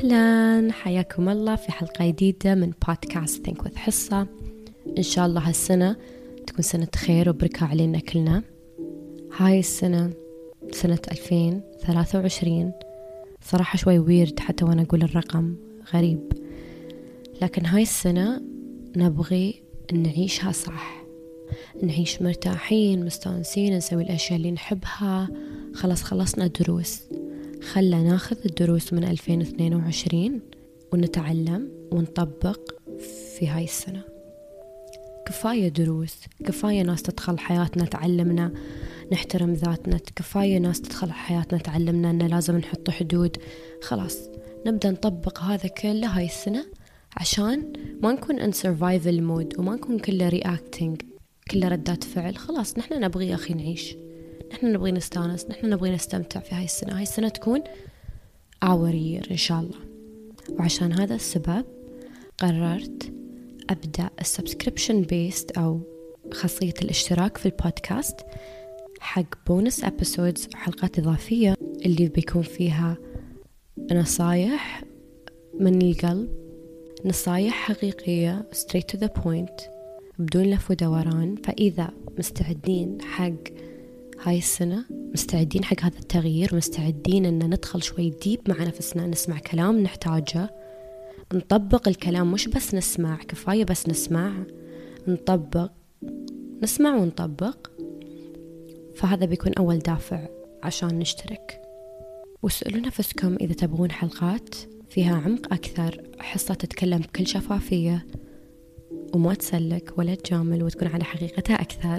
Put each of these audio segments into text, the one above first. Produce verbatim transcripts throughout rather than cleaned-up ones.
أهلا، حياكم الله في حلقة جديدة من بودكاست Think with حصة. إن شاء الله هالسنة تكون سنة خير وبركة علينا كلنا. هاي السنة سنة ألفين وثلاثة وعشرين صراحة شوي ويرد حتى وأنا أقول الرقم غريب، لكن هاي السنة نبغي نعيشها صح، نعيش مرتاحين مستانسين، نسوي الأشياء اللي نحبها. خلاص خلصنا دروس، خلنا ناخذ الدروس من ألفين واثنين وعشرين ونتعلم ونطبق في هاي السنة. كفاية دروس، كفاية ناس تدخل حياتنا تعلمنا نحترم ذاتنا، كفاية ناس تدخل حياتنا تعلمنا أن لازم نحط حدود. خلاص نبدأ نطبق هذا كله هاي السنة عشان ما نكون ان survival mode وما نكون كله reacting، كله ردات فعل. خلاص نحن نبغي يا أخي نعيش، نحن نبغي نستانس، نحن نبغي نستمتع في هاي السنة. هاي السنة تكون our year إن شاء الله. وعشان هذا السبب قررت أبدأ السبسكريبشن بيست أو خاصية الاشتراك في البودكاست حق بونس ابيسودز، حلقات إضافية اللي بيكون فيها نصايح من القلب، نصايح حقيقية straight to the point بدون لف ودوران. فإذا مستعدين حق هاي السنة، مستعدين حق هذا التغيير، مستعدين أن ندخل شوي ديب مع نفسنا، نسمع كلام نحتاجه، نطبق الكلام، مش بس نسمع، كفاية بس نسمع، نطبق، نسمع ونطبق. فهذا بيكون أول دافع عشان نشترك. واسألوا نفسكم إذا تبغون حلقات فيها عمق أكثر، حصة تتكلم بكل شفافية وما تسلك ولا تجامل وتكون على حقيقتها أكثر،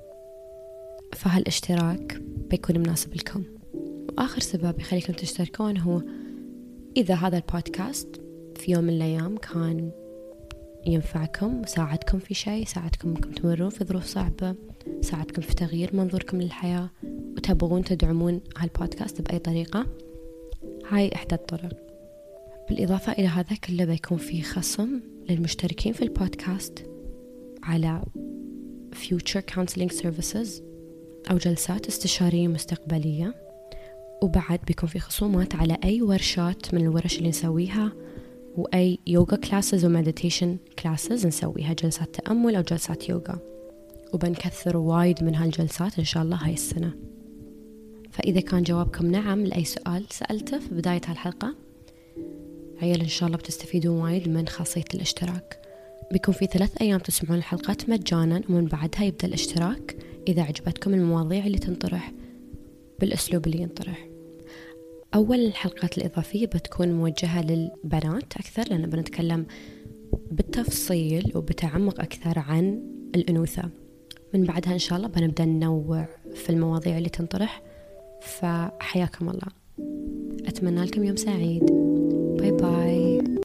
فهالاشتراك بيكون مناسب لكم. وآخر سبب يخليكم تشتركون هو إذا هذا البودكاست في يوم من الأيام كان ينفعكم وساعدكم في شيء، ساعدكم أنكم تمرون في ظروف صعبة، ساعدكم في تغيير منظوركم للحياة، وتبغون تدعمون هالبودكاست بأي طريقة، هاي إحدى الطرق. بالإضافة إلى هذا كله بيكون في خصم للمشتركين في البودكاست على future counseling services أو جلسات استشارية مستقبلية. وبعد بيكون في خصومات على أي ورشات من الورش اللي نسويها، وأي يوغا كلاسز ومديتيشن كلاسز نسويها، جلسات تأمل أو جلسات يوغا، وبنكثر وايد من هالجلسات إن شاء الله هاي السنة. فإذا كان جوابكم نعم لأي سؤال سألته في بداية هالحلقة، عيال إن شاء الله بتستفيدون وايد من خاصية الاشتراك. بيكون في ثلاث أيام تسمعون الحلقات مجانا، ومن بعدها يبدأ الاشتراك إذا عجبتكم المواضيع اللي تنطرح بالأسلوب اللي ينطرح. أول الحلقات الإضافية بتكون موجهة للبنات أكثر، لأن بنتكلم بالتفصيل وبتعمق أكثر عن الأنوثة. من بعدها إن شاء الله بنبدأ ننوع في المواضيع اللي تنطرح. فحياكم الله، أتمنى لكم يوم سعيد. باي باي.